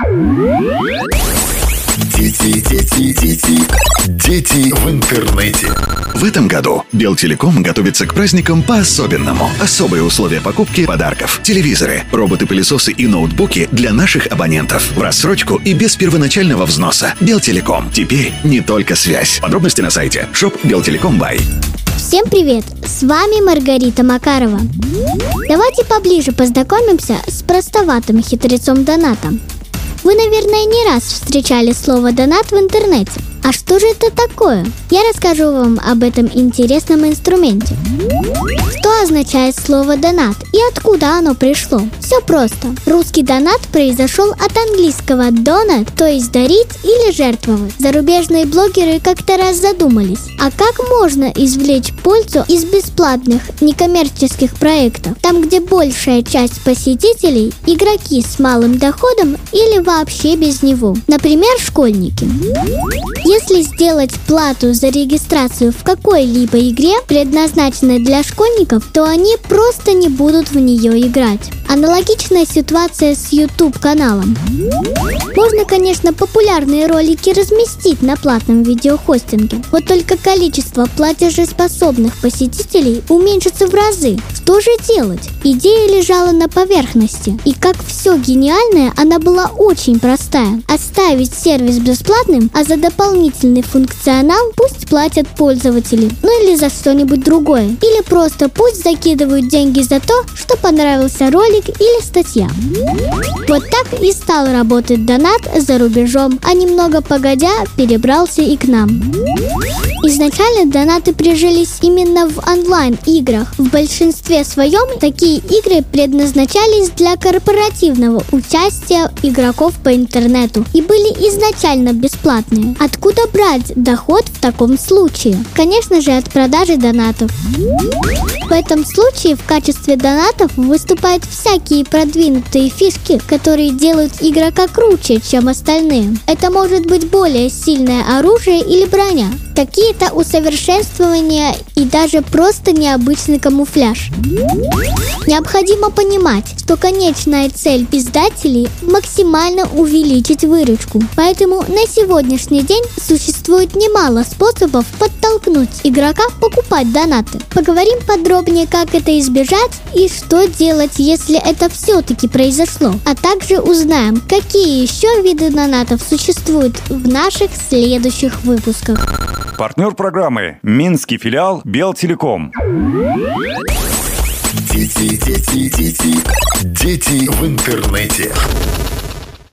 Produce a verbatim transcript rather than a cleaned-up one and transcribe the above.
Дети, дети, дети, дети в интернете. В этом году Белтелеком готовится к праздникам по-особенному. Особые условия покупки подарков, телевизоры, роботы-пылесосы и ноутбуки для наших абонентов. В рассрочку и без первоначального взноса. Белтелеком. Теперь не только связь. Подробности на сайте шоп белтелеком бай. Всем привет! С вами Маргарита Макарова. Давайте поближе познакомимся с простоватым хитрецом-донатом. Вы, наверное, не раз встречали слово «донат» в интернете. А что же это такое? Я расскажу вам об этом интересном инструменте. Что означает слово «донат» и откуда оно пришло? Все просто. Русский донат произошел от английского donate, то есть дарить или жертвовать. Зарубежные блогеры как-то раз задумались, а как можно извлечь пользу из бесплатных некоммерческих проектов, там, где большая часть посетителей – игроки с малым доходом или вообще без него, например, школьники. Если сделать плату за регистрацию в какой-либо игре, предназначенной для школьников, то они просто не будут в нее играть. Аналогичная ситуация с YouTube-каналом. Можно, конечно, популярные ролики разместить на платном видеохостинге, вот только количество платежеспособных посетителей уменьшится в разы. Что же делать? Идея лежала на поверхности, и как все гениальное, она была очень простая. Оставить сервис бесплатным, а за дополнительный функционал пусть платят пользователи, ну или за что-нибудь другое. Или просто пусть закидывают деньги за то, что понравился ролик или статья. Вот так и стал работать донат за рубежом, а немного погодя перебрался и к нам. Изначально донаты прижились именно в онлайн-играх. В большинстве своем такие игры предназначались для корпоративного участия игроков по интернету и были изначально бесплатные. Откуда брать доход в таком случае? Конечно же, от продажи донатов. В этом случае в качестве донатов выступают всякие продвинутые фишки, которые делают игрока круче, чем остальные. Это может быть более сильное оружие или броня, какие-то усовершенствования и даже просто необычный камуфляж. Необходимо понимать, что конечная цель издателей – максимально увеличить выручку. Поэтому на сегодняшний день существует немало способов подтолкнуть игрока покупать донаты. Поговорим подробнее, как это избежать и что делать, если это все-таки произошло. А также узнаем, какие еще виды донатов существуют в наших следующих выпусках. Партнер программы – Минский филиал Белтелеком. Дети, дети, дети, дети в интернете.